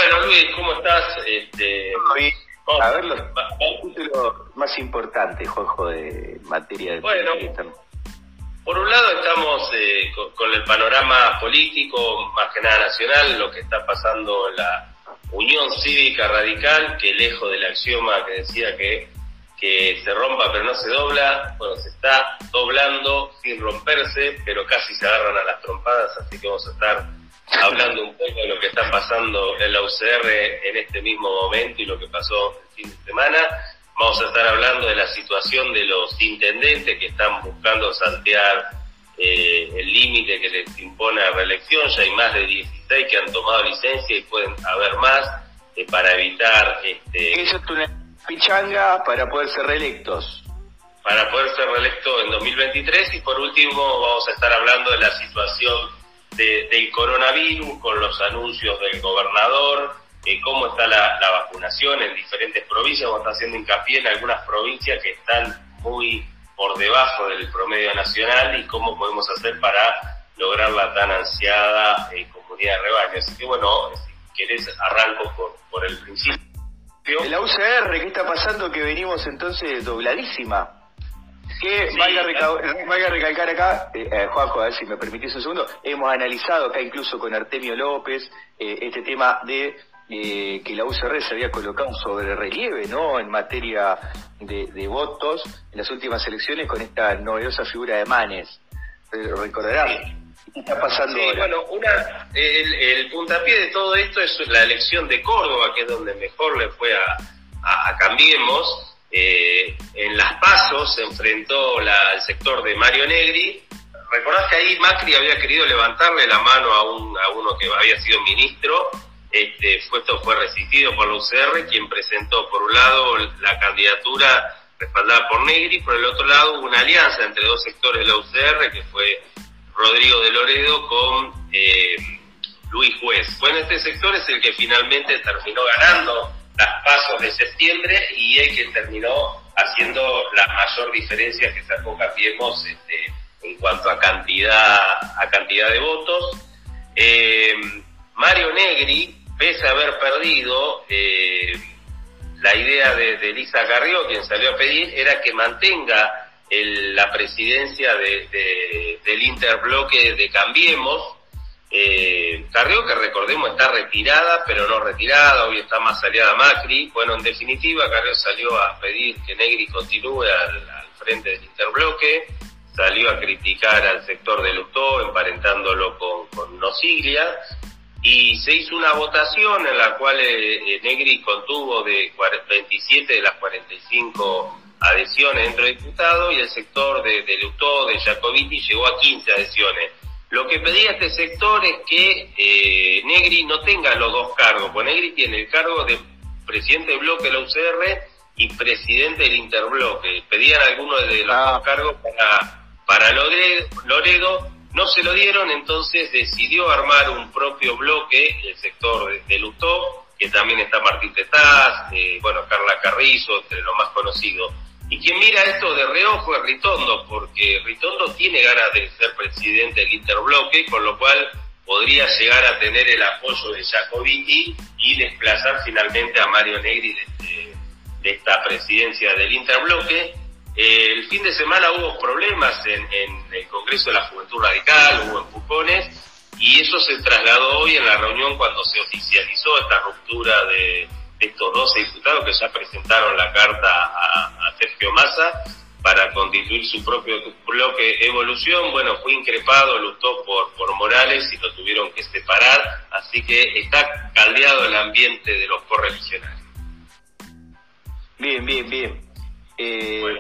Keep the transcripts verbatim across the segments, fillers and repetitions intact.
Bueno, Luis, ¿cómo estás? Este, Hoy, oh, a ver los títulos más importantes, Juanjo, de materia de... Bueno, por un lado estamos eh, con, con el panorama político, más que nada nacional, lo que está pasando en la Unión Cívica Radical, que lejos del axioma que decía que, que se rompa pero no se dobla, bueno, se está doblando sin romperse, pero casi se agarran a las trompadas, así que vamos a estar hablando un poco de lo que está pasando en la U C R en este mismo momento y lo que pasó el fin de semana. Vamos a estar hablando de la situación de los intendentes que están buscando saltear eh, el límite que les impone la reelección. Ya hay más de dieciséis que han tomado licencia y pueden haber más eh, para evitar... Este, Eso es una pichanga para poder ser reelectos. Para poder ser reelecto en dos mil veintitrés. Y por último vamos a estar hablando de la situación de, del coronavirus, con los anuncios del gobernador, eh, cómo está la, la vacunación en diferentes provincias. Vamos a estar haciendo hincapié en algunas provincias que están muy por debajo del promedio nacional y cómo podemos hacer para lograr la tan ansiada eh, comunidad de rebaño. Así que bueno, si querés arranco por, por el principio. En la U C R, ¿qué está pasando? Que venimos entonces dobladísima. Que sí, valga, reca- valga recalcar acá, eh, eh, Juanjo, a ver si me permitís un segundo, hemos analizado acá incluso con Artemio López eh, este tema de eh, que la U C R se había colocado sobre relieve, ¿no?, en materia de, de votos en las últimas elecciones con esta novedosa figura de Manes. ¿Recordarás? ¿Qué está pasando sí, ahora? Bueno, una, el, el puntapié de todo esto es la elección de Córdoba, que es donde mejor le fue a, a, a Cambiemos. Eh, en las PASO se enfrentó la, el sector de Mario Negri. Recordás que ahí Macri había querido levantarle la mano a, un, a uno que había sido ministro. Este, fue, esto fue resistido por la U C R, quien presentó por un lado la candidatura respaldada por Negri, por el otro lado una alianza entre dos sectores de la U C R, que fue Rodrigo de Loredo con eh, Luis Juez. Bueno, este sector es el que finalmente terminó ganando las pasos de septiembre y el que terminó haciendo la mayor diferencia que sacó Cambiemos este, en cuanto a cantidad a cantidad de votos. Eh, Mario Negri, pese a haber perdido, eh, la idea de, de Elisa Carrió, quien salió a pedir, era que mantenga el, la presidencia de, de, del interbloque de Cambiemos. Eh, Carrió, que recordemos está retirada, pero no retirada, hoy está más aliada Macri. Bueno, en definitiva, Carrió salió a pedir que Negri continúe al, al frente del interbloque, salió a criticar al sector de Lutó, emparentándolo con, con Nosiglia, y se hizo una votación en la cual eh, Negri contuvo de veintisiete de las cuarenta y cinco adhesiones dentro de diputados, y el sector de, de Lutó, de Jacobiti, llegó a quince adhesiones. Lo que pedía este sector es que eh, Negri no tenga los dos cargos, pues Negri tiene el cargo de presidente del bloque de la U C R y presidente del interbloque. Pedían algunos de los ah. dos cargos para, para Loredo, no se lo dieron, entonces decidió armar un propio bloque, el sector de, de Lutó, que también está Martín Tetaz, eh, bueno, Carla Carrizo, entre los más conocidos. Y quien mira esto de reojo es Ritondo, porque Ritondo tiene ganas de ser presidente del interbloque, con lo cual podría llegar a tener el apoyo de Jacobiti y desplazar finalmente a Mario Negri de, de, de esta presidencia del interbloque. Eh, el fin de semana hubo problemas en, en el Congreso de la Juventud Radical, hubo empujones, y eso se trasladó hoy en la reunión cuando se oficializó esta ruptura de estos doce diputados que ya presentaron la carta a, a Sergio Massa para constituir su propio bloque Evolución. Bueno, fue increpado, luchó por, por Morales y lo tuvieron que separar, así que está caldeado el ambiente de los correligionarios. Bien, bien, bien. Eh... Bueno,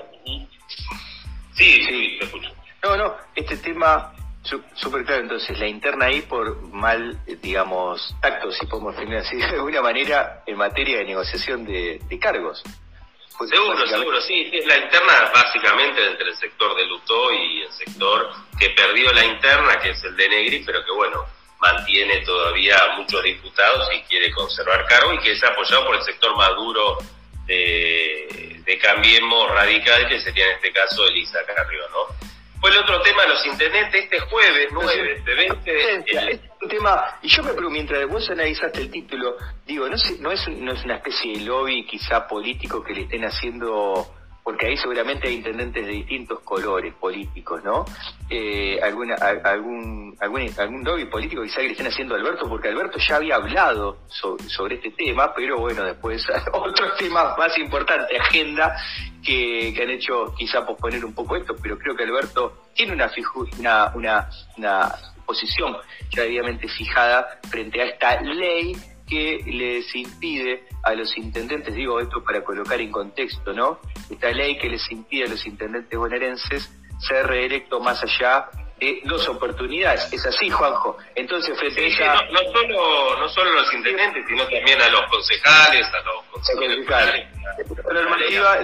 sí, sí, te escucho. No, no, este tema súper claro. Entonces, la interna ahí por mal, digamos, tacto, si podemos definir así de alguna manera, en materia de negociación de, de cargos. Pues, seguro, seguro, sí, es la interna básicamente entre el sector de Lutó y el sector que perdió la interna, que es el de Negri, pero que bueno, mantiene todavía muchos diputados y quiere conservar cargo, y que es apoyado por el sector más duro de, de Cambiemos Radical, que sería en este caso Elisa Carrió, ¿no? Fue el otro tema de los intendentes, este jueves nueve de veinte... El... un tema, y yo me pregunto, mientras vos analizaste el título, digo, no, sé, no, es, no es una especie de lobby quizá político que le estén haciendo, porque ahí seguramente hay intendentes de distintos colores políticos, ¿no? Eh, alguna, a, algún, algún algún lobby político quizá que le estén haciendo a Alberto, porque Alberto ya había hablado sobre, sobre este tema, pero bueno, después otros temas más importantes, agenda, que, que han hecho quizá posponer un poco esto, pero creo que Alberto tiene una, fijo, una, una, una posición ya debidamente fijada frente a esta ley que les impide a los intendentes, digo esto para colocar en contexto, ¿no? Esta ley que les impide a los intendentes bonaerenses ser reelectos más allá de dos oportunidades. ¿Es así, Juanjo? Entonces, frente sí, a esa... sí, no, no solo no solo a los intendentes, sino también a los concejales, a los consejeros. La normativa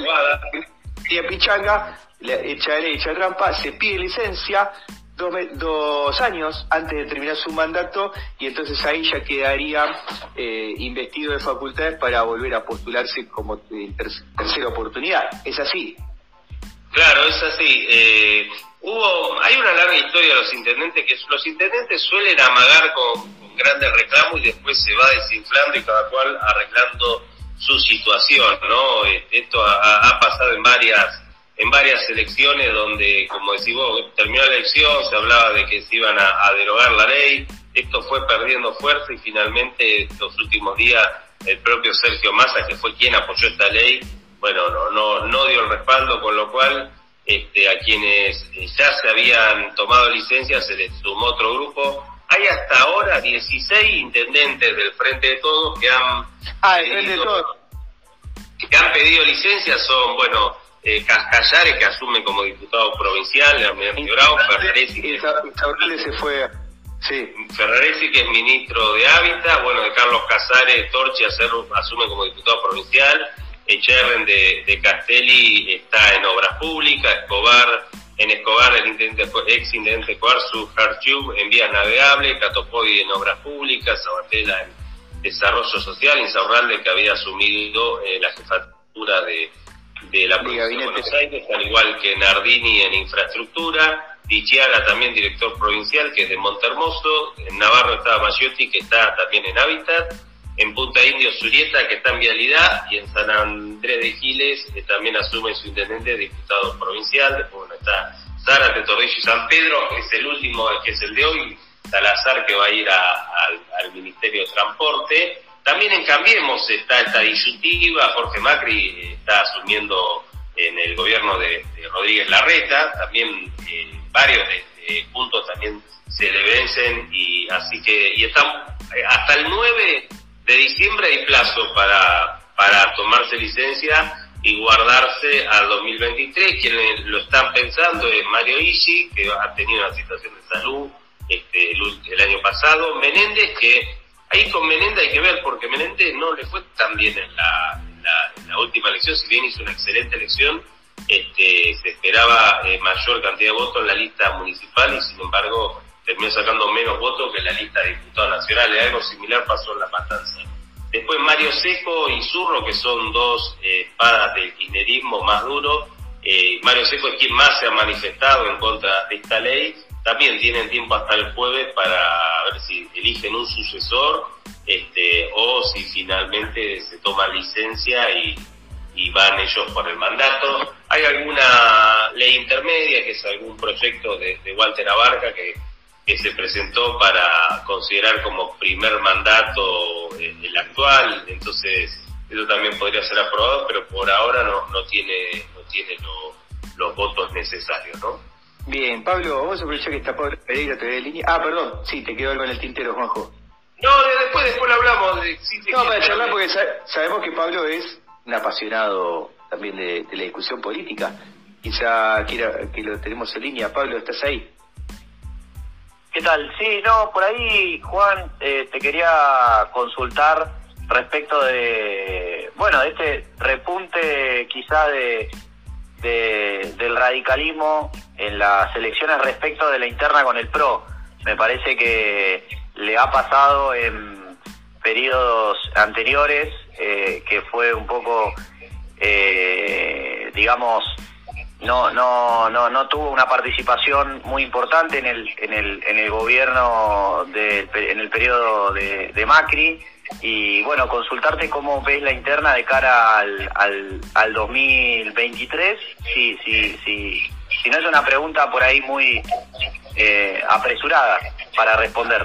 de Pichanga, hecha ley, hecha trampa, se pide licencia Dos, dos años antes de terminar su mandato y entonces ahí ya quedaría eh, investido de facultades para volver a postularse como eh, ter tercera oportunidad. ¿Es así? Claro, es así. Eh, hubo, hay una larga historia de los intendentes, que los intendentes suelen amagar con, con grandes reclamos y después se va desinflando y cada cual arreglando su situación, ¿no? Esto ha, ha pasado en varias en varias elecciones donde, como decís vos, terminó la elección, se hablaba de que se iban a, a derogar la ley, esto fue perdiendo fuerza y finalmente estos últimos días el propio Sergio Massa, que fue quien apoyó esta ley, bueno, no no no dio el respaldo, con lo cual este, a quienes ya se habían tomado licencia se les sumó otro grupo. Hay hasta ahora dieciséis intendentes del Frente de Todos que han, ah, el Frente de Todos. que han pedido licencia, son, bueno, Eh, Cascallares, que asume como diputado provincial, Almirante Bravo, Ferraresi, que, se fue, sí. Ferraresi, que es ministro de Hábitat, bueno, de Carlos Casares, Torchi asume como diputado provincial, Echerren de, de Castelli está en Obras Públicas, Escobar, en Escobar, el intendente, ex intendente Escobar, su Hartube en Vías Navegables, Catopodi en Obras Públicas, Sabatella en Desarrollo Social, Insaurralde, que había asumido eh, la jefatura de de la provincia de Buenos Aires, al igual que Nardini en infraestructura, Dichiara también director provincial, que es de Montehermoso, en Navarro está Maggiotti, que está también en Hábitat, en Punta Indio Zurieta, que está en Vialidad, y en San Andrés de Giles, que también asume su intendente, diputado provincial. Después, bueno, está Zárate, Torrillo y San Pedro, que es el último, que es el de hoy, Salazar, que va a ir a, a, al Ministerio de Transporte. También en Cambiemos está esta disyuntiva, Jorge Macri está asumiendo en el gobierno de, de Rodríguez Larreta, también eh, varios de, de puntos también se le vencen, y así que y están, hasta el nueve de diciembre hay plazo para, para tomarse licencia y guardarse al dos mil veintitrés. Quienes lo están pensando es Mario Isi, que ha tenido una situación de salud este, el, el año pasado, Menéndez, que ahí con Menéndez hay que ver, porque Menéndez no le fue tan bien en la, en la, en la última elección, si bien hizo una excelente elección, este, se esperaba eh, mayor cantidad de votos en la lista municipal y sin embargo terminó sacando menos votos que en la lista de diputados nacionales. Algo similar pasó en La Matanza. Después Mario Seco y Zurro, que son dos eh, espadas del kirchnerismo más duros. Eh, Mario Seco es quien más se ha manifestado en contra de esta ley. También tienen tiempo hasta el jueves para ver si eligen un sucesor este, o si finalmente se toma licencia y, y van ellos por el mandato. Hay alguna ley intermedia, que es algún proyecto de, de Walter Abarca que, que se presentó para considerar como primer mandato el, el actual, entonces eso también podría ser aprobado, pero por ahora no, no tiene, no tiene lo, los votos necesarios, ¿no? Bien, Pablo, vamos a aprovechar que está Pablo Pereira todavía en línea. Ah, perdón, sí, te quedó algo en el tintero, Juanjo. No, de, después después lo hablamos. De, sí, no, para charlar, porque sa- sabemos que Pablo es un apasionado también de, de la discusión política. Quizá quiera que lo tenemos en línea. Pablo, ¿estás ahí? ¿Qué tal? Sí, no, por ahí, Juan, eh, te quería consultar respecto de, bueno, de este repunte quizá de... De, del radicalismo en las elecciones respecto de la interna con el P R O. Me parece que le ha pasado en periodos anteriores, eh, que fue un poco, eh, digamos, no no no no tuvo una participación muy importante en el en el en el gobierno de en el periodo de, de Macri. Y bueno, consultarte cómo ves la interna de cara al al, al dos mil veintitrés, si si si si no es una pregunta por ahí muy eh, apresurada para responder.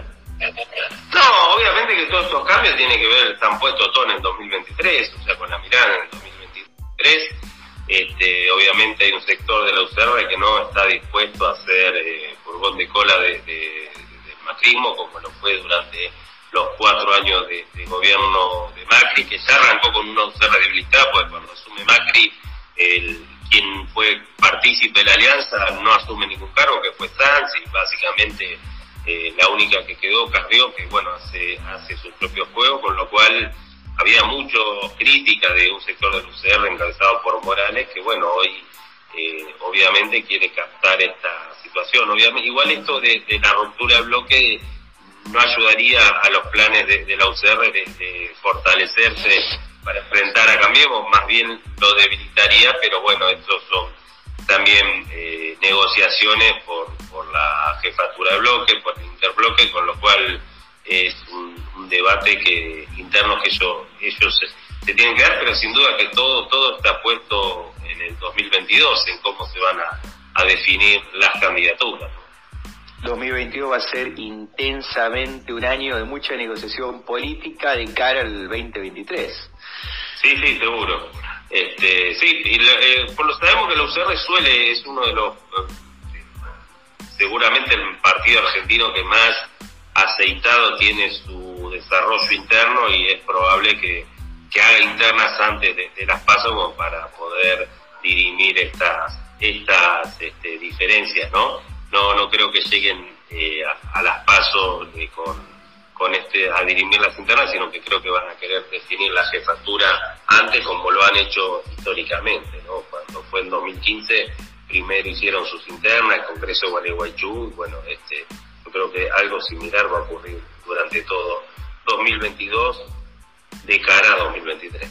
No, obviamente que todos estos cambios tienen que ver, están puestos todos en el dos mil veintitrés, o sea, con la mirada en el dos mil veintitrés. Este, obviamente hay un sector de la U C R que no está dispuesto a hacer eh, furgón de cola de, de, del macrismo, como lo fue durante los cuatro años de, de gobierno de Macri, que ya arrancó con una U C R debilitada, porque cuando asume Macri, el, quien fue partícipe de la alianza no asume ningún cargo, que fue Sanz, y básicamente eh, la única que quedó, Carrió, que bueno, hace, hace su propio juego, con lo cual había mucho crítica de un sector del U C R encabezado por Morales, que bueno, hoy eh, obviamente quiere captar esta situación. Obviamente, igual esto de, de la ruptura del bloque no ayudaría a los planes de, de la U C R de, de fortalecerse para enfrentar a Cambiemos, más bien lo debilitaría, pero bueno, estos son también eh, negociaciones por, por la jefatura de bloque, por el interbloque, con lo cual es un, un debate que interno que ellos, ellos se, se tienen que dar, pero sin duda que todo todo está puesto en el dos mil veintidós, en cómo se van a, a definir las candidaturas, ¿no? dos mil veintidós va a ser intensamente un año de mucha negociación política de cara al veinte veintitrés. Sí, sí, seguro. Este, sí, y eh, por lo sabemos que la U C R suele, es uno de los, eh, seguramente el partido argentino que más aceitado tiene su desarrollo interno, y es probable que, que haga internas antes de, de las PASO como para poder dirimir estas estas este, diferencias, ¿no? No no creo que lleguen eh, a, a las PASO eh, con con este a dirimir las internas, sino que creo que van a querer definir la jefatura antes, como lo han hecho históricamente, ¿no? Cuando fue en dos mil quince, primero hicieron sus internas, el Congreso de Gualeguaychú, bueno, este yo creo que algo similar va a ocurrir durante todo dos mil veintidós de cara a dos mil veintitrés.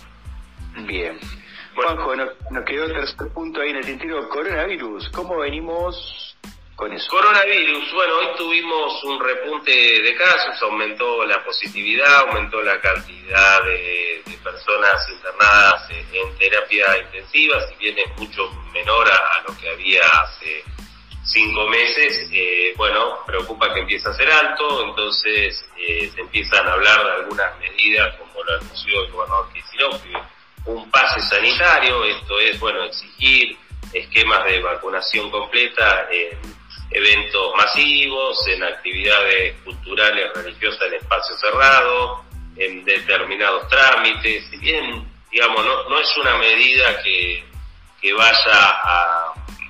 Bien. Bueno, Juanjo, nos, nos quedó el tercer punto ahí en el tintero, coronavirus. ¿Cómo venimos con eso? Coronavirus, bueno, hoy tuvimos un repunte de casos, aumentó la positividad, aumentó la cantidad de, de personas internadas en, en terapia intensiva, si bien es mucho menor a, a lo que había hace cinco meses, eh, bueno, preocupa que empiece a ser alto, entonces eh, se empiezan a hablar de algunas medidas, como lo anunció el gobernador Kicillof, un pase sanitario, esto es, bueno, exigir esquemas de vacunación completa en eventos masivos, en actividades culturales, religiosas en espacios cerrados, en determinados trámites. Si bien, digamos, no, no es una medida que, que vaya a,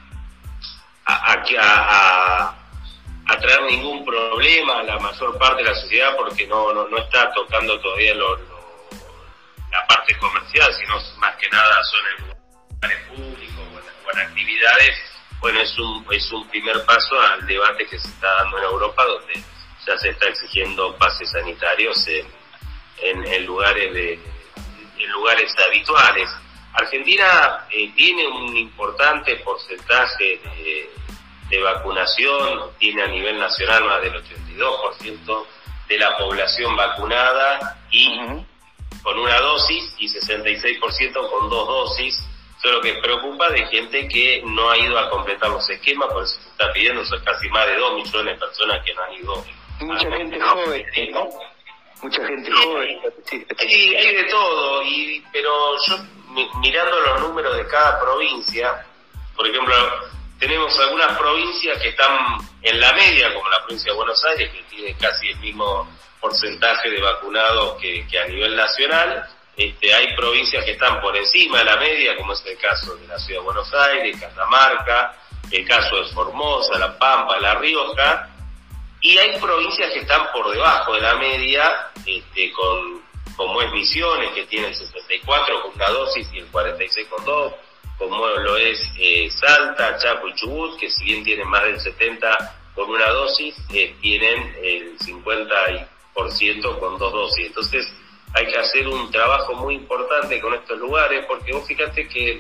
a, a, a, a traer ningún problema a la mayor parte de la sociedad, porque no, no, no está tocando todavía lo, lo, la parte comercial, sino más que nada son en lugares públicos o en, o en actividades. Bueno, es un es un primer paso al debate que se está dando en Europa, donde ya se está exigiendo pases sanitarios en, en, en lugares de en lugares habituales. Argentina eh, tiene un importante porcentaje de, de vacunación, tiene a nivel nacional más del ochenta y dos por ciento de la población vacunada y uh-huh. con una dosis, y sesenta y seis por ciento con dos dosis. Lo que preocupa de gente que no ha ido a completar los esquemas, por eso se está pidiendo, son casi más de dos millones de personas que no han ido. Mucha gente joven, ¿no? Mucha gente joven. Sí, sí, hay de todo, y pero yo mirando los números de cada provincia, por ejemplo, tenemos algunas provincias que están en la media, como la provincia de Buenos Aires, que tiene casi el mismo porcentaje de vacunados que, que a nivel nacional. Este, hay provincias que están por encima de la media, como es el caso de la Ciudad de Buenos Aires, Catamarca, el caso de Formosa, La Pampa, La Rioja, y hay provincias que están por debajo de la media, este, con, como es Misiones, que tiene el sesenta y cuatro con una dosis y el cuarenta y seis con dos, como lo es eh, Salta, Chaco y Chubut, que si bien tienen más del setenta con una dosis, eh, tienen el cincuenta por ciento con dos dosis. Entonces, hay que hacer un trabajo muy importante con estos lugares, porque vos fíjate que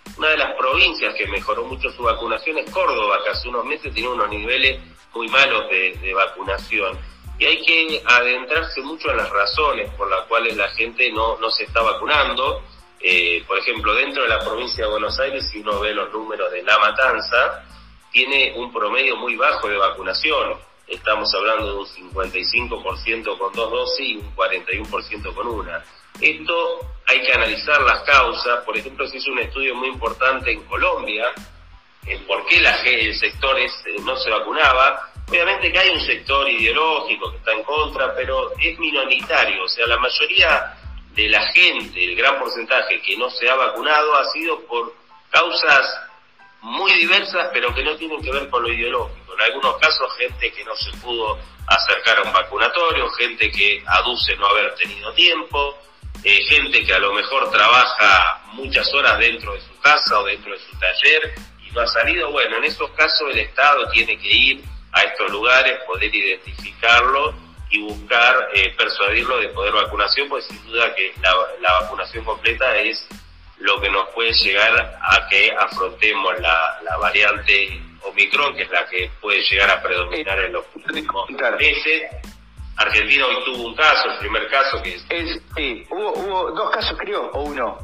una de las provincias que mejoró mucho su vacunación es Córdoba, que hace unos meses tenía unos niveles muy malos de, de vacunación. Y hay que adentrarse mucho en las razones por las cuales la gente no, no se está vacunando. Eh, por ejemplo, dentro de la provincia de Buenos Aires, si uno ve los números de La Matanza, tiene un promedio muy bajo de vacunación. Estamos hablando de un cincuenta y cinco por ciento con dos dosis y un cuarenta y uno por ciento con una. Esto hay que analizar las causas. Por ejemplo, se hizo un estudio muy importante en Colombia, en por qué la, el sector es, no se vacunaba. Obviamente que hay un sector ideológico que está en contra, pero es minoritario. O sea, la mayoría de la gente, el gran porcentaje que no se ha vacunado, ha sido por causas muy diversas, pero que no tienen que ver con lo ideológico. En algunos casos, gente que no se pudo acercar a un vacunatorio, gente que aduce no haber tenido tiempo, eh, gente que a lo mejor trabaja muchas horas dentro de su casa o dentro de su taller y no ha salido. Bueno, en esos casos el Estado tiene que ir a estos lugares, poder identificarlo y buscar eh, persuadirlo de poder vacunación, pues sin duda que la, la vacunación completa es lo que nos puede llegar a que afrontemos la, la variante Omicron, que es la que puede llegar a predominar en los próximos meses. Argentina hoy tuvo un caso, el primer caso que es... es sí, hubo, hubo dos casos creo, o uno.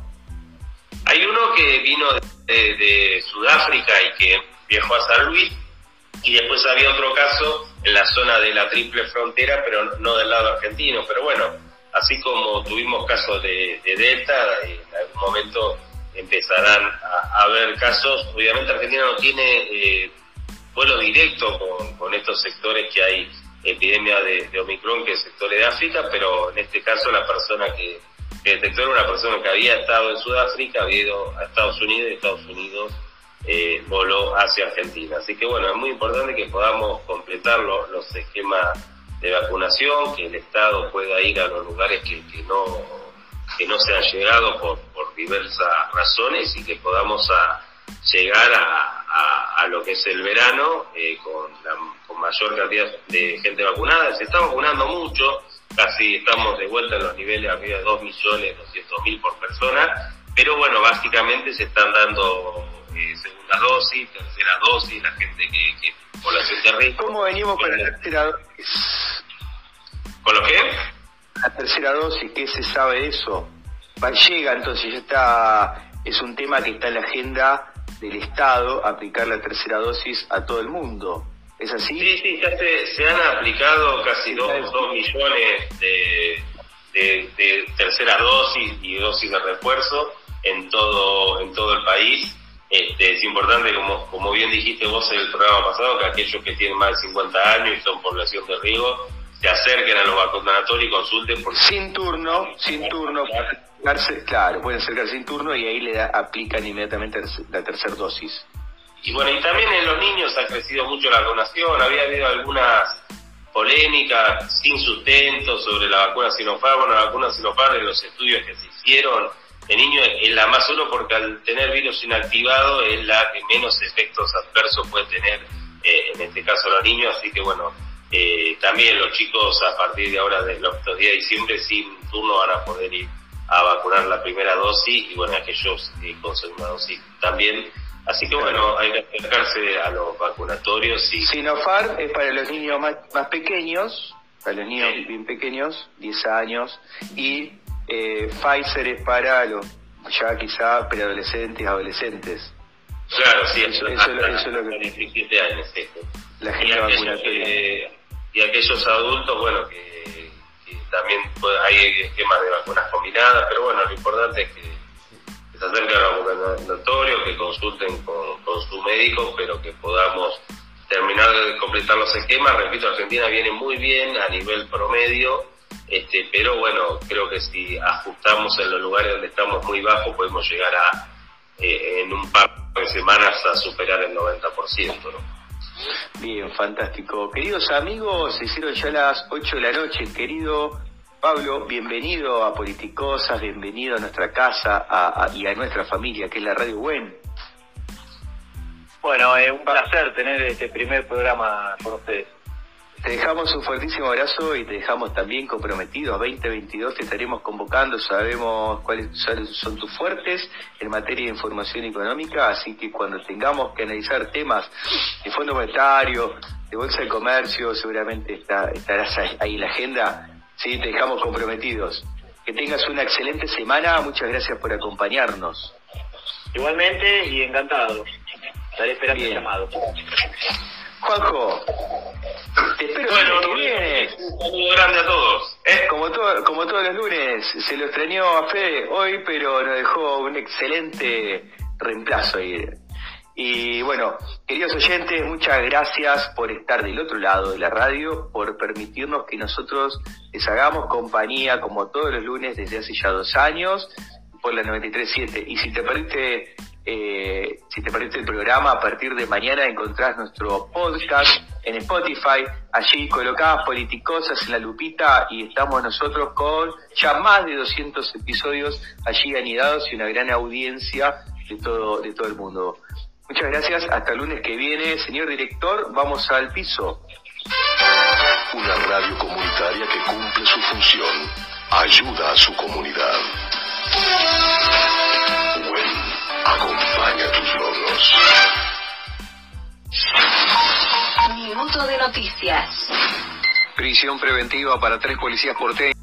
Hay uno que vino de, de Sudáfrica y que viajó a San Luis, y después había otro caso en la zona de la triple frontera, pero no del lado argentino. Pero bueno, así como tuvimos casos de, de Delta, en algún momento empezarán a, a haber casos. Obviamente Argentina no tiene eh, vuelo directo con, con estos sectores que hay epidemia de, de Omicron, que es sectores de África, pero en este caso la persona que, que detectó era una persona que había estado en Sudáfrica, había ido a Estados Unidos y Estados Unidos eh, voló hacia Argentina. Así que bueno, es muy importante que podamos completar lo, los esquemas de vacunación, que el Estado pueda ir a los lugares que, que no que no se han llegado por, por diversas razones y que podamos a llegar a, a, a lo que es el verano eh, con, la, con mayor cantidad de gente vacunada. Se está vacunando mucho, casi estamos de vuelta en los niveles arriba de dos millones doscientos mil por persona, pero bueno, básicamente se están dando eh, segundas dosis, terceras dosis, la gente que, que población de riesgo. ¿Cómo venimos con la tercera dosis? ¿Con lo qué? La tercera dosis, ¿qué se sabe de eso? Va, llega, entonces ya está, es un tema que está en la agenda del Estado, aplicar la tercera dosis a todo el mundo. ¿Es así? Sí, sí, ya se, se han aplicado casi dos, dos millones de, de, de terceras dosis y dosis de refuerzo en todo, en todo el país. Este, es importante, como, como bien dijiste vos en el programa pasado, que aquellos que tienen más de cincuenta años y son población de riesgo se acerquen a los vacunatorios y consulten. Porque sin turno, sin turno, claro, pueden acercarse sin turno y ahí le da, aplican inmediatamente la tercera dosis. Y bueno, y también en los niños ha crecido mucho la vacunación. Había habido algunas polémicas sin sustento sobre la vacuna Sinopharm. Bueno, la vacuna Sinopharm, en los estudios que se hicieron, el niño es la más uno porque al tener virus inactivado es la que menos efectos adversos puede tener, eh, en este caso los niños. Así que bueno, eh, también los chicos a partir de ahora, de los días de diciembre, sin turno van a poder ir a vacunar la primera dosis y bueno, aquellos eh, con segunda dosis también. Así que bueno, hay que acercarse a los vacunatorios. Y... Sinopharm es para los niños más, más pequeños, para los niños sí. bien pequeños, diez años, y eh, Pfizer es para los ya quizá preadolescentes, adolescentes. Claro, sí, eso, eso, eso, eso es lo que... diecisiete años, sí. La gente vacunatoria. Eh, y aquellos adultos, bueno, que, que también puede, hay esquemas de vacunas combinadas, pero bueno, lo importante es que se acerquen al vacunatorio, que consulten con, con su médico, pero que podamos terminar de completar los esquemas. Repito, Argentina viene muy bien a nivel promedio, este, pero bueno, creo que si ajustamos en los lugares donde estamos muy bajos, podemos llegar a, eh, en un par de semanas, a superar el noventa por ciento, ¿no? Bien, fantástico. Queridos amigos, se hicieron ya las ocho de la noche. Querido Pablo, bienvenido a Politicosas, bienvenido a nuestra casa a, a, y a nuestra familia, que es la Radio Buen. Bueno, es un placer tener este primer programa con ustedes. Te dejamos un fuertísimo abrazo y te dejamos también comprometido. A veinte veintidós te estaremos convocando, sabemos cuáles son tus fuertes en materia de información económica, así que cuando tengamos que analizar temas de Fondo Monetario, de Bolsa de Comercio, seguramente está, estarás ahí en la agenda. Sí, te dejamos comprometidos. Que tengas una excelente semana, muchas gracias por acompañarnos. Igualmente y encantado. Estaré esperando el llamado. Juanjo, te espero bueno, el lunes que viene. Un saludo grande a todos. ¿Eh? Como, todo, como todos los lunes, se lo extrañó a Fede hoy, pero nos dejó un excelente reemplazo ahí. Y bueno, queridos oyentes, muchas gracias por estar del otro lado de la radio, por permitirnos que nosotros les hagamos compañía como todos los lunes desde hace ya dos años por la noventa y tres punto siete. Y si te perdiste eh, si te perdiste el programa, a partir de mañana encontrás nuestro podcast en Spotify. Allí colocás Politicosas en la lupita y estamos nosotros con ya más de doscientos episodios allí anidados y una gran audiencia de todo de todo el mundo. Muchas gracias, hasta el lunes que viene. Señor director, vamos al piso. Una radio comunitaria que cumple su función, ayuda a su comunidad. Buen, acompaña tus logros. Minuto de noticias. Prisión preventiva para tres policías porteños.